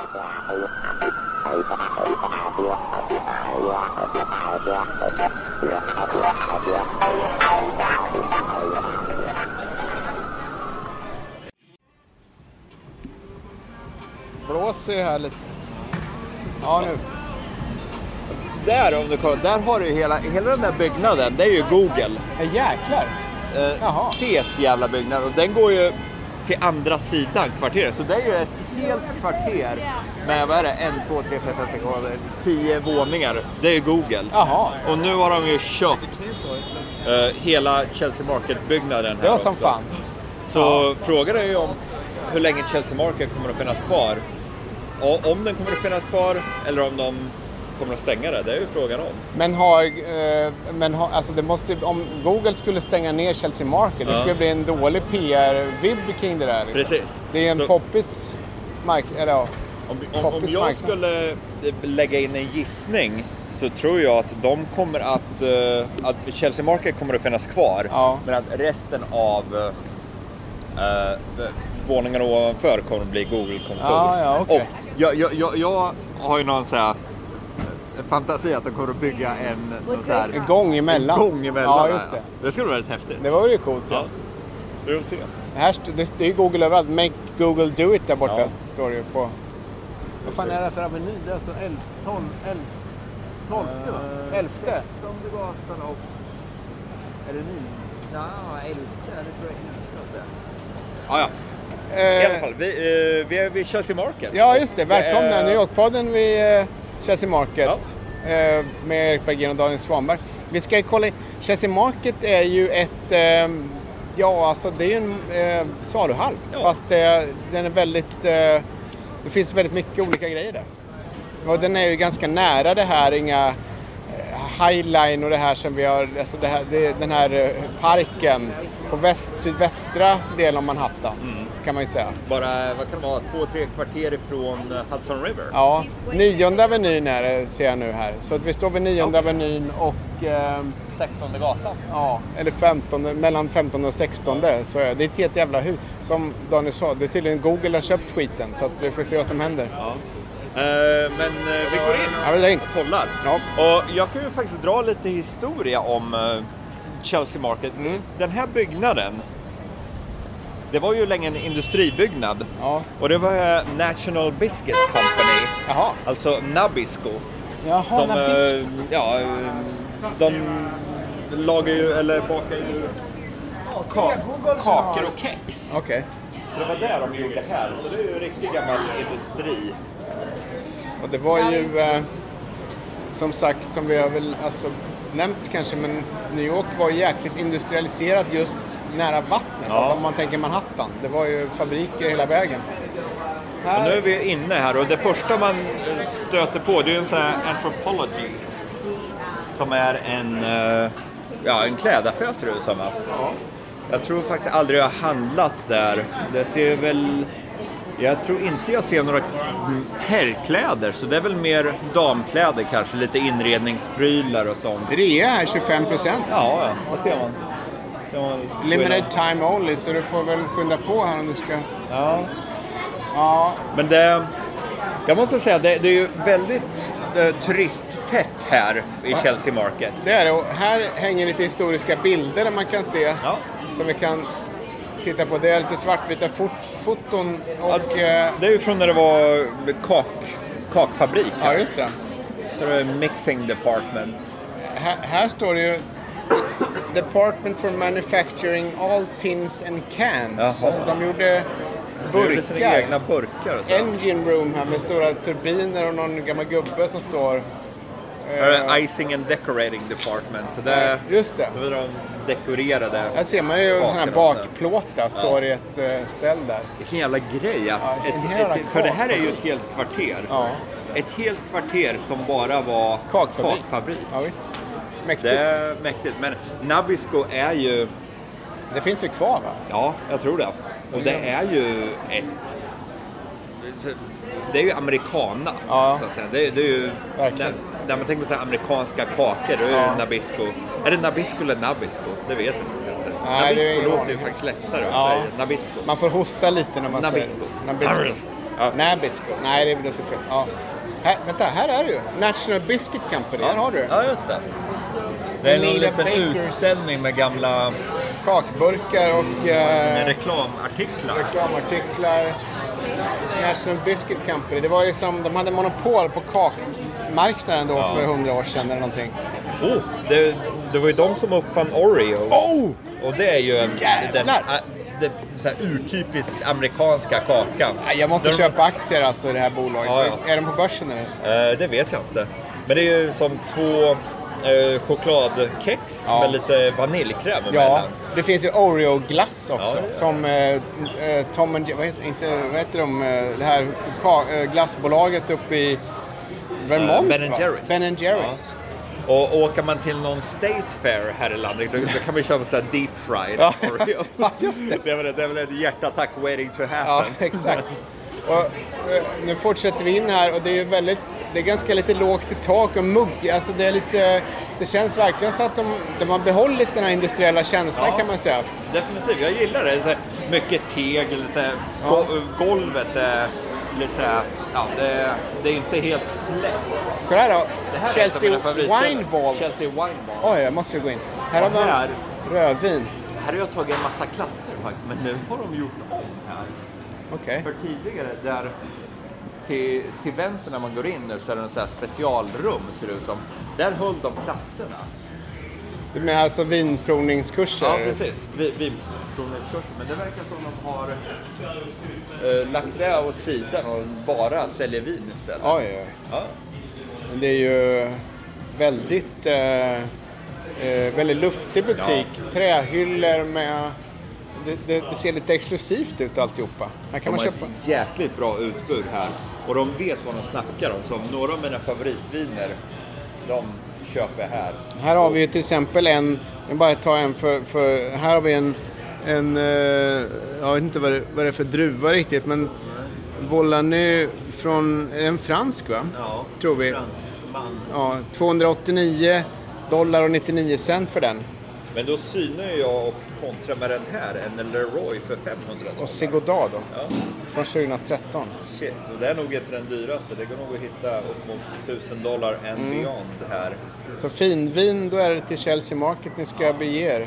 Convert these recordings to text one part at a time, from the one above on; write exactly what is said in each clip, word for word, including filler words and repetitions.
Blåser ju här lite. Ja, nu. Där, om du kollar, där har du hela, hela den där byggnaden, det är ju Google. Ja, jäklar. Eh, Jaha. Fet jävla byggnad, och den går ju till andra sidan kvarteret. Så det är ju ett helt kvarter med, vad är det, en, två, tre, fyra, fem, sex, sju, tio våningar. Det är ju Google. Jaha. Och nu har de ju köpt eh, hela Chelsea Market-byggnaden här. Det var som också. fan. Så ja. Frågan är ju om hur länge Chelsea Market kommer att finnas kvar. Och om den kommer att finnas kvar eller om de kommer att stänga det, det är ju frågan om. Men har, eh, men har alltså det måste, om Google skulle stänga ner Chelsea Market, ja. Det skulle bli en dålig P R-vibb kring det där. Liksom. Precis. Det är en så, poppis mark, eller ja. Om, om, om jag marknad. skulle lägga in en gissning så tror jag att de kommer att, uh, att Chelsea Market kommer att finnas kvar, ja. Men att resten av uh, våningarna ovanför kommer att bli Google-kontor. Ja, ja, okay. Och jag, jag, jag, jag har ju någon så här fantasi att de kommer att bygga en, så här, en gång emellan. En gång emellan. Ja, just det. Ja. Det skulle vara rätt häftigt. Det var ju coolt. Ja. Vi får se. Här, det, det är ju Google överallt. Make Google do it där borta, ja. Står det ju på. Vad fan är det för aveny? Det är alltså tolv, elf, tolfte va? elfte. sextonde gatan och... Är det nio? Ja, elfte. Det tror jag inte. Ja, ja. I alla fall, vi, eh, vi är vid Chelsea Market. Ja, just det. Välkomna det är... New York-podden vid eh, Chelsea Market. Ja. Eh, med Erik Berggren och Daniel Svanberg. Vi ska ju kolla. Chelsea Market är ju ett... Eh, ja, alltså det är ju en eh, saluhall. Ja. Fast det, den är väldigt... Eh, det finns väldigt mycket olika grejer där. Och den är ju ganska nära det här, inga eh, Highline och det här som vi har, alltså det här, det, den här eh, parken på väst, sydvästra delen av Manhattan, mm. kan man ju säga. Bara, vad kan det vara, två, tre kvarter ifrån Hudson River? Ja, nionde avenyn är det, ser jag nu här. Så att vi står vid nionde okay. avenyn och... Eh, sextonde gatan. Ja, eller femtonde, mellan femtonde och sextonde. Så är det. Det är ett helt jävla hus. Som Daniel sa, det är tydligen Google har köpt skiten. Så att vi får se vad som händer. Ja. Uh, men uh, vi går in ja, vi in. och kollar. Ja. Och jag kan ju faktiskt dra lite historia om uh, Chelsea Market. Mm. Den här byggnaden, det var ju länge en industribyggnad. Ja. Och det var National Biscuit Company. Jaha. Alltså Nabisco. Jaha, som, Nabisco. Uh, ja, de lagar ju, eller bakar ju ka- kakor och kex. Okej. Okay. Så det var där de gjorde det här. Så det är ju riktigt gammal industri. Och det var ju, eh, som sagt, som vi har väl alltså, nämnt kanske, men New York var jäkligt industrialiserat just nära vattnet. Ja. Alltså om man tänker Manhattan. Det var ju fabriker hela vägen. Här... Och nu är vi inne här och det första man stöter på, det är ju en sån här Anthropology. Som är en, ja, en klädaffär ser det ut som. Ja. Jag tror faktiskt aldrig jag har handlat där. Det ser väl... Jag tror inte jag ser några herrkläder. Så det är väl mer damkläder kanske. Lite inredningsprylar och sånt. Rea här, tjugofem procent. Ja, ja. Vad ser man? Ser man limited time only. Så du får väl skynda på här om du ska... Ja. Ja. Men det... Jag måste säga, det, det är ju väldigt eh, turisttätt här i Chelsea Market. Det är det, och här hänger lite historiska bilder där man kan se, ja. Som vi kan titta på. Det är lite svartvita fot- foton och... Ja, eh, det är ju från när det var kak, kakfabrik. Ja, just det. Så det är mixing department. Här, här står det ju Department for Manufacturing All Tins and Cans. Jaha. Alltså de gjorde... burkar. Sina egna burkar och så. Engine room här med stora turbiner och någon gammal gubbe som står. Här är uh, icing and decorating department. Så det, just det. Då är de dekorerade. Här ser man ju den här bakplåta står ja. I ett uh, ställ där. Vilken jävla grej. Att ja, ett, ett, för det här är ju ett helt kvarter. Ja. Ett helt kvarter som bara var kakfabrik. kakfabrik. Ja, visst. Mäktigt. Det är mäktigt. Men Nabisco är ju... Det finns ju kvar va? Ja, jag tror det. Och det är ju ett... Det är ju americana, ja. Så att säga. Det är, det är ju... När, när man tänker på så här amerikanska kakor, då är ja. Det Nabisco. Är det Nabisco eller Nabisco? Det vet jag inte. Nej, Nabisco det är... låter ju faktiskt lättare att ja. säga. Nabisco. Man får hosta lite när man Nabisco. säger Nabisco. Ja. Nabisco. Nej, det är väl inte fel. Ja. Här, vänta, här är det ju. National Biscuit Company, Ja. här har du det. Ja, just det. Det är en Nina liten Bakers. utställning med gamla Kakburkar och eh, reklamartiklar. reklamartiklar. National Biscuit Company. Det var liksom, de hade monopol på kakmarknaden då Ja. för hundra år sedan eller någonting. Oh, det, det var ju de som uppfann Oreo. Oh! Och det är ju en Jävlar! den, ä, den, så här urtypiskt amerikanska kakan. Nej, jag måste De- köpa aktier alltså i det här bolaget. Ja, ja. Är de på börsen eller? Eh, det vet jag inte. Men det är ju som två eh, chokladkex Ja. med lite vaniljkräm Ja, emellan. det finns ju Oreo-glass också. Ja, ja, ja. Som eh, eh, Tom and Jerry, vad heter, inte, vad heter de, eh, det här ka- eh, glassbolaget uppe i Vermont, Eh, Ben and va? Jerry's. Ben and Jerry's. Och åker man till någon state fair här i landet, då, då kan man köpa så här deep fried Ja. Oreo. Ja, just det. Det är väl, det är väl ett hjärtattack waiting to Ja, happen. exakt. Och, eh, nu fortsätter vi in här och det är ju väldigt, det är ganska lite lågt i tak och mugg. Alltså det är lite, det känns verkligen så att de, de har behållit den här industriella känslan Ja. kan man säga. Definitivt, jag gillar det. Så här, mycket tegel, så här, Ja. go- golvet är lite så här, ja, det, det är inte helt släppt. Kolla här då, Det här är Chelsea ett av mina favoritställen. Wine Vault. Chelsea Wine Vault. Oj, jag måste gå in. Här har Och vi här- rödvin. Här har jag tagit en massa klasser faktiskt, men nu har de gjort om här. Okej. För tidigare, där till, till vänster när man går in nu så är det en så här specialrum ser det ut som. Där höll de klasserna. Du menar alltså vinprovningskurser? Ja, precis. Vi, vi provningskurser. Men det verkar som de har eh, lagt det åt sidan och bara säljer vin istället. Oj, oj. Ja. Men det är ju väldigt, eh, eh, väldigt luftig butik. Trähyllor med... Det, det, det ser lite exklusivt ut alltihopa. Här kan De man har köpa... ett jäkligt bra utbud här. Och de vet vad de snackar om. Som några av mina favoritviner, de köper här. Här har vi ju till exempel en... Jag bara ta en för... för här har vi en... en eh, jag vet inte vad det, vad det är för druva riktigt, men... Volanö från... En fransk, va? Ja, Tror vi. fransman. Ja, tvåhundraåttionio dollar och nittionio cent för den. Men då synar jag och kontra med den här, en Leroy för femhundra dollar. Och Segodar då, Ja, från tjugohundratretton. shit. Och det är nog inte den dyraste. Det går nog att hitta upp mot tusen dollar and Mm. beyond här. Så finvin, då är det till Chelsea Market ni ska bege er.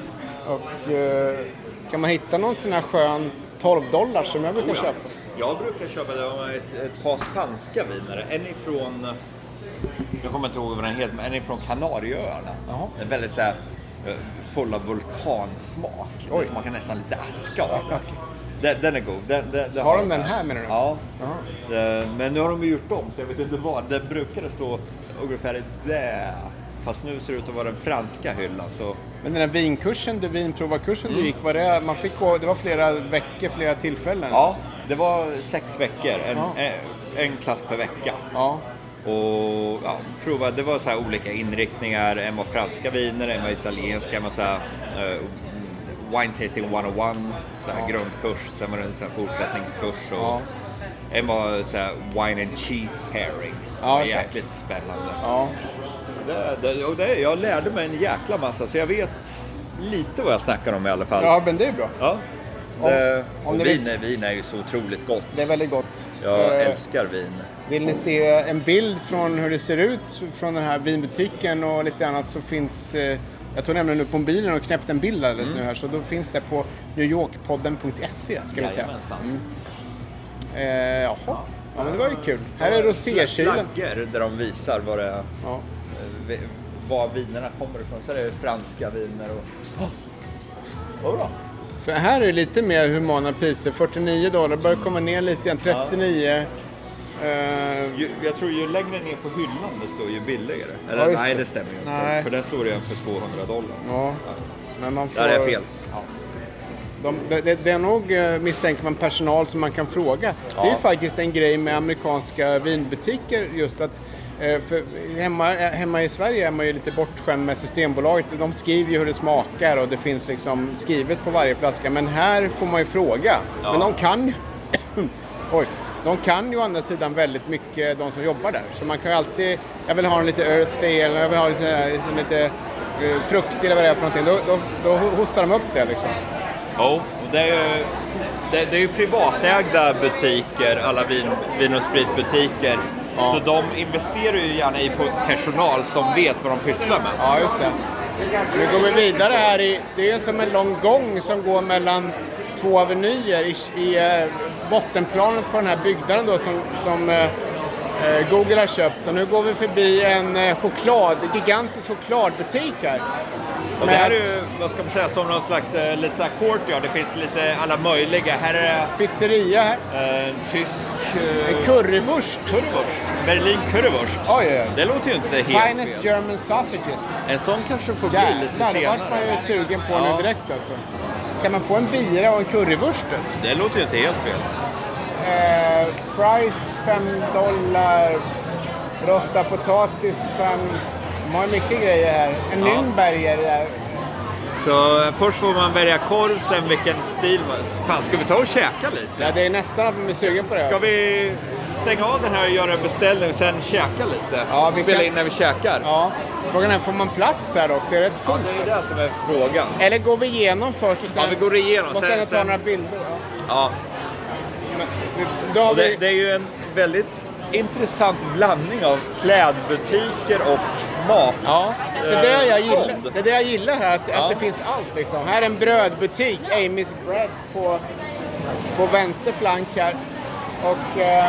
Och eh, kan man hitta någon sån här skön tolv dollar som jag brukar Oh ja. köpa? Jag brukar köpa det av ett, ett par spanska viner. En ifrån, jag kommer inte ihåg vad den heter, men en ifrån Kanarieöarna. Jaha. Den är väldigt så här, eh, full av vulkansmak. Oj. Det smakar nästan lite aska av den. Den, den är god. Den, den, den Har de den här menar du? Ja. Jaha. Eh, Men nu har de ju gjort om så jag vet inte vad. Den brukade stå ungefär där. Fast nu ser det ut att vara den franska hyllan. Så Men den här vinkursen, du, vinprovarkursen du gick, var det, man fick gå, det var flera veckor, flera tillfällen? ja, det var sex veckor. En, Ja. en, en klass per vecka. Ja. Och ja, prova, det var så här olika inriktningar. En var franska viner, en var italienska, en var så här, uh, wine tasting one oh one, så här Ja. grundkurs, sen var det en så här fortsättningskurs och Ja. en var så här wine and cheese pairing som Ja, var okej. jäkligt spännande. Ja. Det, det, och det, jag lärde mig en jäkla massa så jag vet lite vad jag snackar om i alla fall. Ja, men det är bra. Ja. Om- Det, om och ni vin, vill- är, vin är ju så otroligt gott. Det är väldigt gott. Jag Eh, älskar vin. Vill ni se en bild från hur det ser ut från den här vinbutiken och lite annat så finns... Eh, jag tog nämligen upp mobilen och knäppte en bild alldeles Mm. nu här så då finns det på new york podden punkt se ska vi säga. Jajamensan. Eh, jaha, ja men det var ju kul. Här är rosékylen. Flaggor där de visar vad, det, är, Ja. eh, var vinerna kommer ifrån. Så är det franska viner och... Oh, bra. För här är det lite mer humana priser. fyrtionio dollar, börjar komma ner lite igen. trettionio. Eh, Ju, jag tror ju längre ner på hyllan det står ju billigare. Ja, Eller just nej, det. det stämmer ju inte. Nej. För där står det en för tvåhundra dollar. ja, men man får... Där är jag fel. De, det, det, det är nog, eh, misstänker man, personal som man kan fråga. Det är ju Ja. faktiskt en grej med amerikanska vinbutiker just att eh, för hemma, eh, hemma i Sverige är man ju lite bortskämd med Systembolaget. De skriver ju hur det smakar och det finns liksom skrivet på varje flaska. Men här får man ju fråga. Ja. Men de kan ju... Oj. De kan ju å andra sidan väldigt mycket, de som jobbar där. Så man kan ju alltid... Jag vill ha en lite earthy eller jag vill ha lite, liksom lite eh, fruktig eller vad det är för någonting. Då, då, då hostar de upp det liksom. Ja, och det är ju det, det är ju privatägda butiker, alla vin, vin- och spritbutiker. Ja. Så de investerar ju gärna i personal som vet vad de pysslar med. Ja, just det. Nu går vi vidare här. I, det är som en lång gång som går mellan två avenyer i, i eh, bottenplanet på den här byggnaden då, som, som eh, Google har köpt. Och nu går vi förbi en eh, choklad, gigantisk chokladbutik här. Och det här är ju, vad ska man säga, som någon slags eh, lite så här courtyard. Det finns lite alla möjliga. Här är det pizzeria här. Eh, tysk... Eh, en currywurst. Currywurst. Berlin currywurst. Oj, oj. Det låter ju inte helt Finest fel. German sausages. En sån kanske får bli Jävlar, lite det senare. vart man ju sugen på ja. nu direkt alltså. Kan man få en bira och en currywurst? Det låter ju inte helt fel. Eh, fries fem dollar. Rostad potatis fem. De har mycket grejer här. En ja. Nürnberger där. Så först får man välja korv, sen vilken stil man... Fan, ska vi ta och käka lite? Ja, det är nästan att man blir sugen på det. Ska alltså. vi stänga av den här och göra en beställning och sen käka lite? Ja, vi spela kan... in när vi käkar? Ja. Frågan är, får man plats här dock? Det är rätt fullt. Ja, det är det som är frågan. Eller går vi igenom först och sen... Ja, vi går igenom. Måste sen, jag ta sen... några bilder? Ja. ja. Men, då har och det, vi... det är ju en väldigt intressant blandning av klädbutiker och mat. Ja, det är det jag gillar, stånd. det är det jag gillar här, att, ja. att det finns allt liksom. Här är en brödbutik, Amy's Bread på, på vänster flank här. Och eh,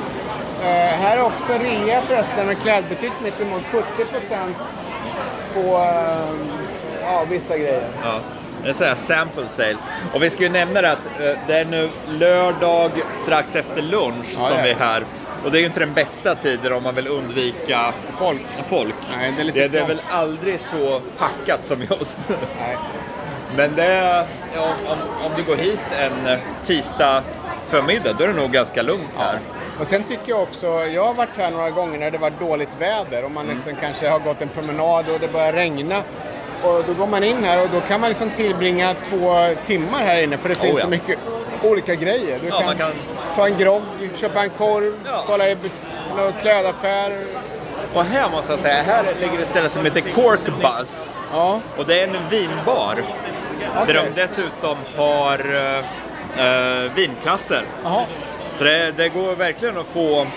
eh, här är också rea förresten, en klädbutik mitt emot sjuttio procent på eh, ja, vissa grejer. Ja. Det är så här sample sale. Och vi ska ju nämna det att eh, det är nu lördag strax efter lunch ja, som ja. vi är här. Och det är ju inte den bästa tiden om man vill undvika folk. folk. Nej, det är, lite det, det är väl aldrig så packat som just nu. Nej. Men det är, ja, om, om du går hit en tisdag förmiddag, då är det nog ganska lugnt här. Ja. Och sen tycker jag också, jag har varit här några gånger när det var dåligt väder och man liksom mm. kanske har gått en promenad och det börjar regna. Och då går man in här och då kan man liksom tillbringa två timmar här inne för det finns oh, ja. så mycket olika grejer. Du ja, kan, man kan ta en grogg, köpa en korv, ja. kolla i någon klädaffär. Och här måste jag säga, här ligger ett ställe som heter Cork Buzz. Ja. Och det är en vinbar. Okay. Där de dessutom har uh, vinklasser. Aha. Så det, det går verkligen att få,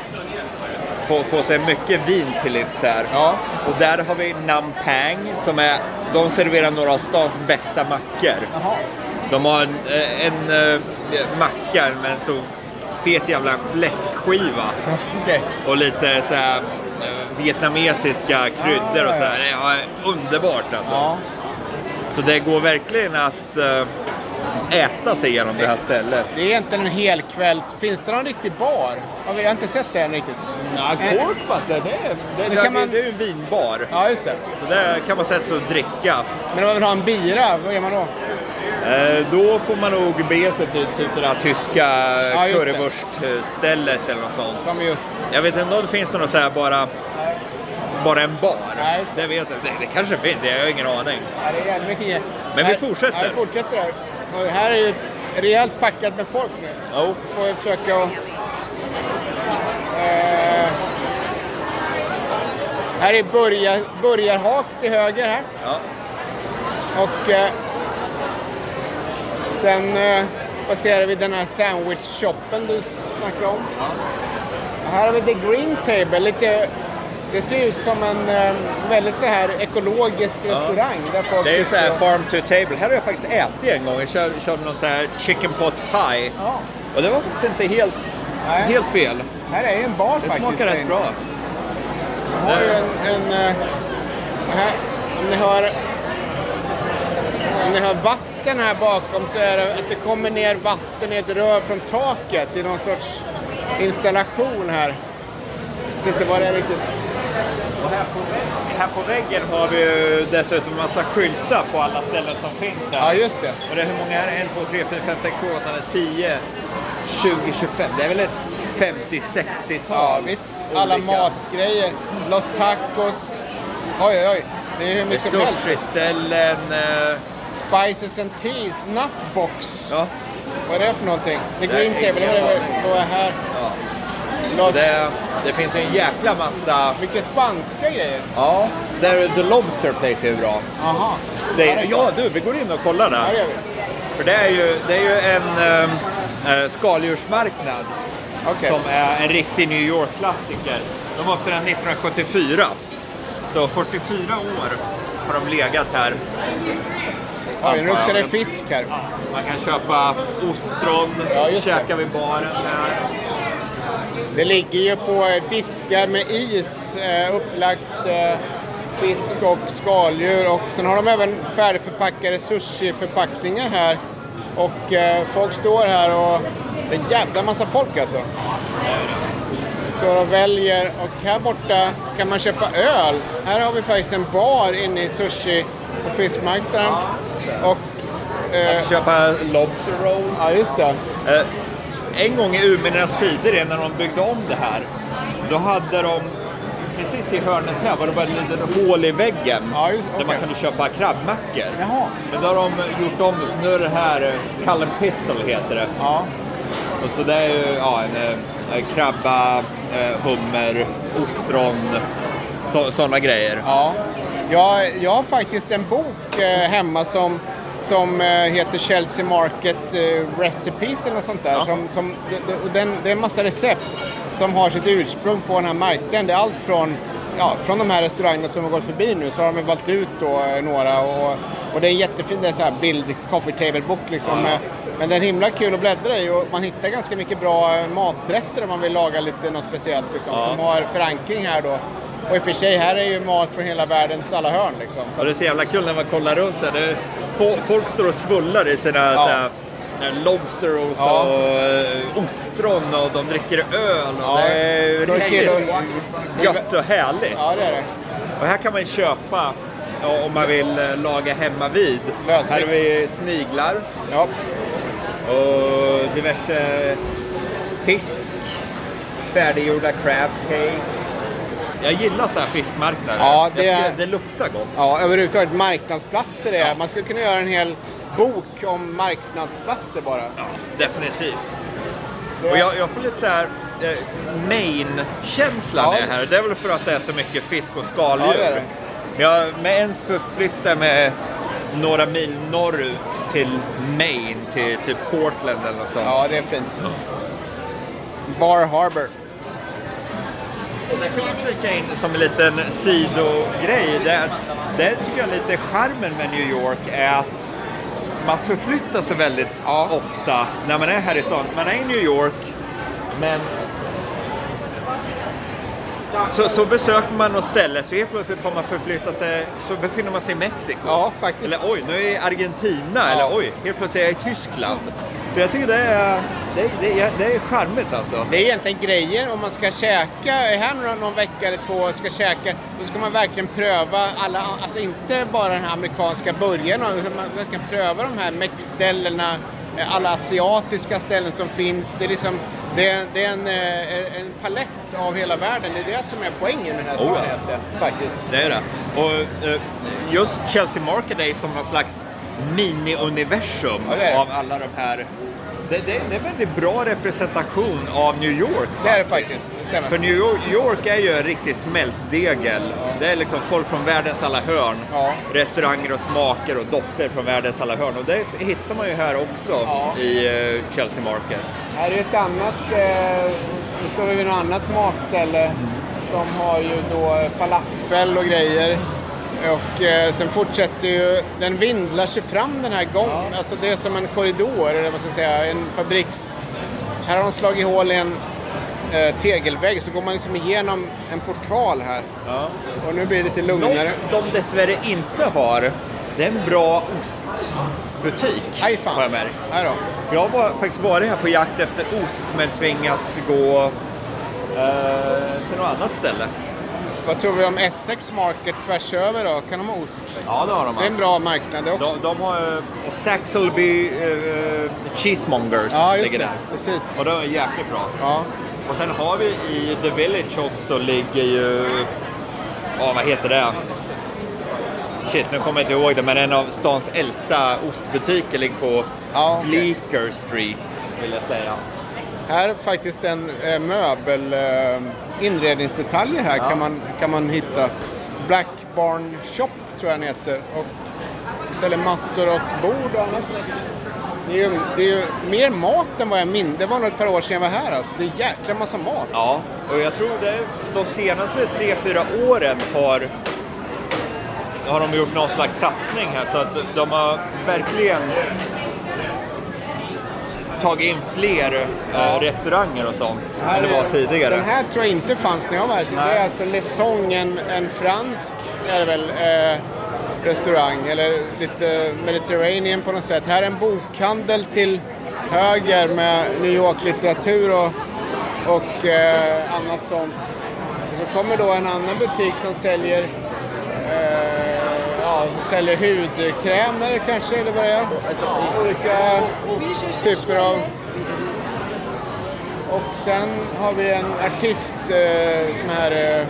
få, få sig mycket vin till livs här. Ja. Och där har vi Nam Pang som är, de serverar några av stans bästa mackor. Aha. De har en, en, en macka med en stor fet jävla fläskskiva. Okay. Och lite så här vietnamesiska kryddor och så här. Det är underbart alltså. Ja. Så det går verkligen att uh, äta sig igenom det här stället. Det är egentligen en hel kväll. Finns det någon riktig bar? Jag har inte sett det än riktigt. Ja, Cork Buzz, det är, det, det, man... det är ju en vinbar. Ja, just det. Så där kan man sätta sig och dricka. Men om man vill ha en bira, vad gör man då? Eh, då får man nog be sig till typ det där tyska ja, currywurststället eller något sånt. Som just... Jag vet inte om det finns något så här bara, bara en bar. Ja, det vet jag. Det, det kanske finns, jag har ingen aning. Ja, det är jävligt mycket. Men här, vi fortsätter. Ja, vi fortsätter här. Och här är ju rejält packat med folk nu. Oh. Får jag försöka att... Eh, här är börjar, börjarhak till höger här. Ja. Och eh, sen eh, passerar vi den här sandwich-shoppen du snackade om. Ja. Här har vi The Green Table. Lite, det ser ut som en eh, väldigt så här ekologisk ja. restaurang. Där folk det är ju så här och... farm to table. Här har jag faktiskt ätit en gång. Jag körde, körde någon så här chicken pot pie. Ja. Och det var faktiskt inte helt, helt fel. Här är ju en bar det faktiskt. Det smakar rätt bra. Jag har ju en... en uh, här, om ni hör... Om ni hör vatten här bakom så är det att det kommer ner vatten i ett rör från taket i någon sorts installation här. Jag vet inte vad det är riktigt. Och här på, här på väggen har vi ju dessutom en massa skyltar på alla ställen som finns där. Ja, just det. Och det är hur många är det? en, två, tre, fyra, fem, sex, sju, åtta, tio, tjugo, tjugofem. Det är väl ett femtio-sextiotal. Ja, visst. Alla olika matgrejer. Los Tacos. Oj, oj, oj. Det är hur mycket som helst. Sushi-ställen. Uh... Spices and Teas. Nutbox. Ja. Vad är det för någonting? The Green Table. Vad är här? Ja. Los... Det, det finns ju en jäkla massa... Mycket spanska grejer. Ja. Där The Lobster Place är ju bra. Aha. Det är, ja, du, vi går in och kollar där. Ja, det gör vi. För det är ju, det är ju en... Um, eh, skaldjursmarknad. Okay. Som är en riktig New York-klassiker. De var öppnade nittonhundrasjuttiofyra. Så fyrtiofyra år har de legat här. Ja, nu luktar det fisk här. Man kan köpa ostron, ja, käka vid baren här. Det ligger ju på diskar med is, eh, upplagt eh, fisk och skaldjur. Och sen har de även färdigförpackade sushi-förpackningar här. Och eh, folk står här och det är en jävla massa folk alltså. Står och väljer och här borta kan man köpa öl. Här har vi faktiskt en bar inne i sushi på fiskmarknaden. Och eh, köpa lobster roll. Ja, just det. Eh, en gång i urminnes tider när de byggde om det här, då hade de precis i hörnet här var det bara ett litet hål i väggen, ja, just, okay. där man kunde köpa krabbmackor. Jaha. Men då har de gjort om det, så nu är det här Cullen Pistol heter det. Ja. Och så det är ju ja, en, en krabba, eh, hummer, ostron, så, sådana grejer. Ja. Jag, jag har faktiskt en bok eh, hemma som, som eh, heter Chelsea Market eh, Recipes eller något sånt där. Ja. Som, som, det, den, det är en massa recept som har sitt ursprung på den här marknaden. Det är allt från, ja, från de här restaurangerna som har gått förbi nu, så har de valt ut då, eh, några. Och, och det är en jättefin, det är så här bild coffee table bok liksom. Ja. Men det är himla kul att bläddra i och man hittar ganska mycket bra maträtter om man vill laga lite något speciellt liksom, ja. Som har förankring här då. Och i och för sig, här är ju mat från hela världens alla hörn liksom. Så. Och det är så jävla kul när man kollar runt så här, det, folk står och svullar i sina ja. så här, lobster och så, ja. och ostron och de dricker öl och ja. det är riktigt gött och härligt. Ja, det är det. Och här kan man köpa, ja, om man vill laga hemma vid. Lösvikt. Här har vi sniglar. Ja. Och diverse fisk, färdiggjorda crab cakes. Jag gillar så här fiskmarknader. Ja, det, det, det luktar gott. Ja, överhuvudtaget marknadsplatser är. Ja. Man skulle kunna göra en hel bok om marknadsplatser bara. Ja, definitivet. Det... Och jag, jag får lite så här eh, Maine-känslan ja. är här. Det är väl för att det är så mycket fisk och skaldjur. Ja, det är det. Jag med ens förflyttar med några mil norrut till Maine, till typ Portland eller något sånt. Ja, det är fint. Ja. Bar Harbor. Och där kan man flika in som en liten sidogrej. Det, det tycker jag är lite charmen med New York är att man förflyttar sig väldigt ja. ofta när man är här i stan. Man är i New York, men så, så besöker man något ställe, så helt plötsligt har man förflyttat sig, så befinner man sig i Mexiko. Ja, faktiskt. Eller oj, nu är jag i Argentina, ja. eller oj, helt plötsligt är jag i Tyskland. Så jag tycker det är, det, det, det är charmigt alltså. Det är egentligen grejer om man ska käka, här någon, någon vecka eller två och ska käka, då ska man verkligen pröva alla, alltså inte bara den här amerikanska burgaren, utan man ska pröva de här mex-ställena, alla asiatiska ställen som finns. Det är liksom, det är, det är en, en palett av hela världen. Det är det som är poängen med den här staden, oh, egentligen, faktiskt. Det är det. Och just Chelsea Market är som någon slags mini-universum ja, det det. av alla de här. Det, det, det är en väldigt bra representation av New York. Faktiskt. Det är det faktiskt, det stämmer. För New York, New York är ju en riktig smältdegel. Ja. Det är liksom folk från världens alla hörn. Ja. Restauranger och smaker och dofter från världens alla hörn. Och det hittar man ju här också ja. i uh, Chelsea Market. Här är ett annat, eh, nu står vi vid något annat matställe mm. som har ju då falafel och grejer. Och eh, sen fortsätter ju, den vindlar sig fram den här gången. Ja. Alltså det är som en korridor, eller vad ska jag säga, en fabriks. Här har de slagit hål i en eh, tegelvägg, så går man liksom igenom en portal här. Ja. Och nu blir det lite lugnare. Något de dessvärre inte har, det är en bra ostbutik. Aj fan. Har jag märkt. Här då. Jag har var, faktiskt varit här på jakt efter ost, men tvingats gå eh, till något annat ställe. Vad tror vi om Essex Market tvärs över då? Kan de ha ost? Ja, det har de. Det är en bra marknad det också. De, de har uh, Saxelby uh, Cheesemongers. Ja, just det. Där. Precis. Och det är jäkligt bra. Ja. Och sen har vi i The Village också ligger ju... Ja, vad heter det? Shit, nu kommer jag inte ihåg det, men en av stans äldsta ostbutiker ligger på ja, okay. Bleecker Street, vill jag säga. Här är faktiskt en äh, möbel äh, inredningsdetaljer här ja. kan, man, kan man hitta. Black Barn Shop tror jag den heter. Och säljer mattor och bord och annat. Det är, ju, det är ju mer mat än vad jag minns. Det var nog ett par år sedan jag var här. Alltså. Det är jäkla massa mat. Ja, och jag tror det de senaste tre, fyra åren har, har de gjort någon slags satsning här. Så att de har verkligen tagit in fler ja. äh, restauranger och sånt än det var tidigare. Den här tror jag inte fanns när jag var här. Det är alltså Lesong, en, en fransk är det väl, eh, restaurang. Eller lite Mediterranean på något sätt. Här är en bokhandel till höger med New York-litteratur och, och eh, annat sånt. Och så kommer då en annan butik som säljer eh, ja, säljer hudkrämer kanske, eller vad det är. Olika typer av. Och sen har vi en artist, eh, sån här eh,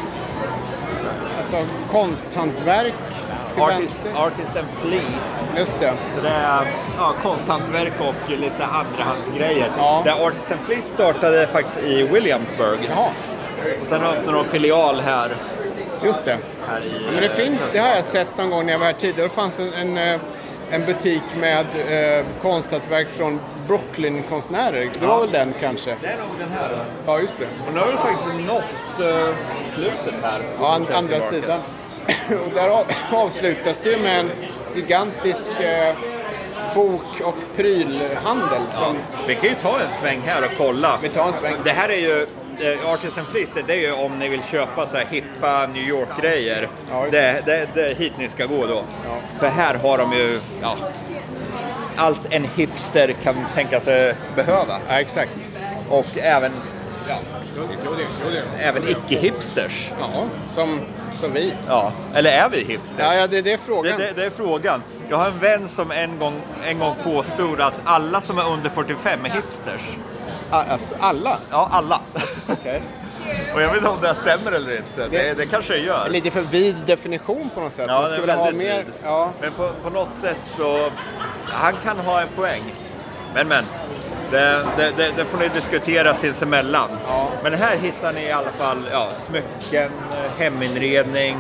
alltså konsthantverk till Artist, vänster. Artist and Fleece. Just det. Det är ja, konsthantverk och lite så andrahandsgrejer. Ja. Där Artist and Fleece startade faktiskt i Williamsburg. Jaha. Och sen öppnade de en filial här. Just det. här i, Men det finns, det har jag sett någon gång när jag var här tidigare. Det fanns en, en, en butik med eh, konsthantverk från Brooklyn-konstnärer. Det Ja. var väl den kanske? Det är nog den här då. Ja, just det. Och nu har vi faktiskt nått uh, slutet här. Ja, an, andra sidan. Och där av, avslutas det ju med en gigantisk eh, bok- och prylhandel. Som... Ja. Vi kan ju ta en sväng här och kolla. Vi tar en sväng. Det här är ju, eh, Artist and Fleece, det är ju om ni vill köpa så här hippa New York-grejer. Ja, det, det, det är hit ni ska gå då. Ja. För här har de ju ja, allt en hipster kan tänka sig behöva. Ja, exakt. Och även, ja, även icke-hipsters. Ja, som, som vi. Ja. Eller är vi hipsters? Ja, ja det, det är frågan. Det, det, det är frågan. Jag har en vän som en gång, en gång påstod att alla som är under fyrtiofem är hipsters. Alltså, alla? Ja, alla. Okay. Och jag vet inte om det stämmer eller inte. Det, det, det kanske det gör. Lite för vid definition på något sätt. Ja, Man det är skulle ha väldigt mer, vid. ja. Men på, på något sätt så... Han kan ha en poäng. Men, men. Det, det, det, det får ni diskutera sinsemellan. Ja. Men här hittar ni i alla fall ja, smycken, heminredning,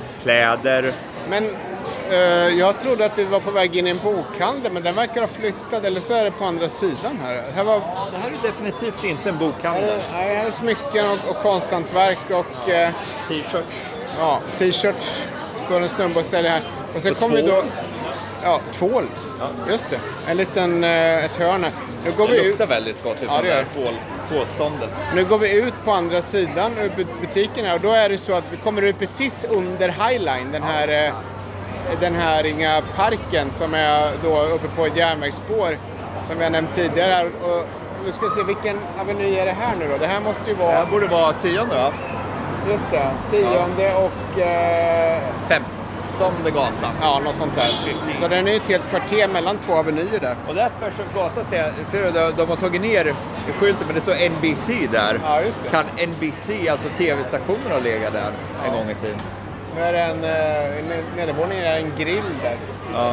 kläder. Men eh, jag trodde att vi var på väg in i en bokhandel, men den verkar ha flyttat, eller så är det på andra sidan här. Här, var, Det här är definitivt inte en här, bokhandel. är, nej, här är smycken och, och konsthantverk och eh, T-shirts. ja, t-shirts. Står en snubbe och säljer här. Och sen Och kommer vi tvål. då... Ja, tvål. Ja. Just det. En liten, eh, ett hörn här. Nu går, Det vi ut, luktar väldigt gott ifrån Ja, det det gör här tvål, tvålståndet. nu går vi ut på andra sidan ur bu- butiken här. Och då är det så att vi kommer ut precis under Highline. Den här, eh, den här inga parken som är då uppe på ett järnvägsspår. Som vi har nämnt tidigare här. Och vi ska se vilken aveny är det här nu då. Det här måste ju Det vara... här borde vara tionde va? Just det. Tionde och... Eh, Femtonde gatan. ja, något sånt där. Så den är ju ett helt kvarter mellan två avenyer där. Och där tvärs över gatan ser, ser du, de, de har tagit ner skylten men det står N B C där. Ja, just det. Kan N B C, alltså tv-stationen, ha legat där en gång i tiden? Nu är det en... Eh, i nedervåningen är en grill där. Ja.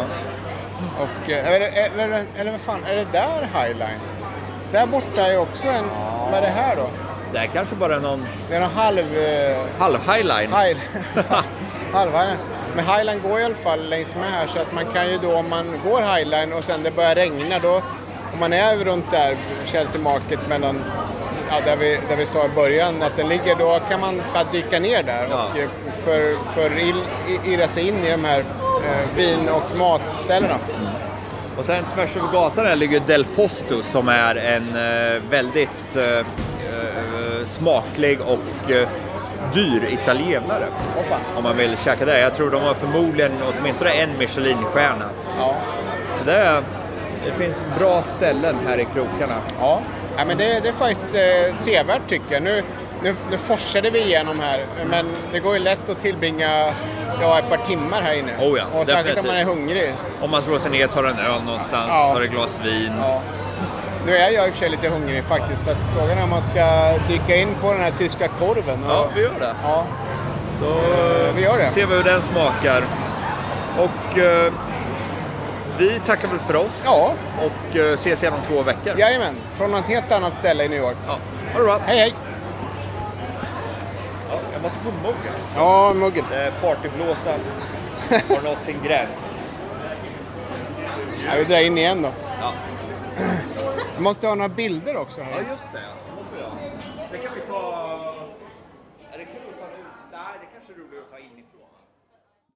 Och, eh, eller, eller, eller vad fan, är det där Highline? Där borta är också en... Vad är det här då? Det är kanske bara någon Det är någon halv... Eh, halv-highline. high, halva. Men Highline går i alla fall längs med här, så att man kan ju då, om man går Highline och sen det börjar regna, då om man är runt där Chelsea Market mellan, ja, där, vi, där vi sa i början att den ligger, då kan man bara dyka ner där Ja. och eh, för, för il, irra sig in i de här eh, vin- och matställena. Och sen tvärs över gatan här ligger Del Posto som är en eh, väldigt eh, eh, smaklig och eh, dyr italienare. Åh fan. Om man vill käka det. Jag tror de har förmodligen åtminstone en Michelin-stjärna. Ja. Så det, är, det finns bra ställen här i krokarna. Ja, ja men det, det är faktiskt eh, sevärt tycker jag. Nu, nu, nu forsade vi igenom här, men det går ju lätt att tillbringa ja, ett par timmar här inne. Oh ja, och särskilt definitivt. om man är hungrig. Om man slår sig ner, tar en öl någonstans, Ja. tar ett glas vin. Ja. Nu är jag i och för sig lite hungrig faktiskt, så att frågan är om man ska dyka in på den här tyska korven. Och, Ja, vi gör det. ja. Så vi gör det. ser vi hur den smakar. Och eh, vi tackar väl för oss. Ja. Och eh, ses igen om två veckor. Jajamän, från ett helt annat ställe i New York. Ja. Ha det bra. Hej hej! Ja, jag måste på muggen. Alltså. Ja, muggen. Eh, Partyblåsan har nått sin gräns. Ja, vi drar in igen då. Ja. Vi måste ha några bilder också här. Ja, just det. Det måste vi ha. Det kan vi ta... Är det kul att ta... Nej, det kanske är roligt att ta inifrån.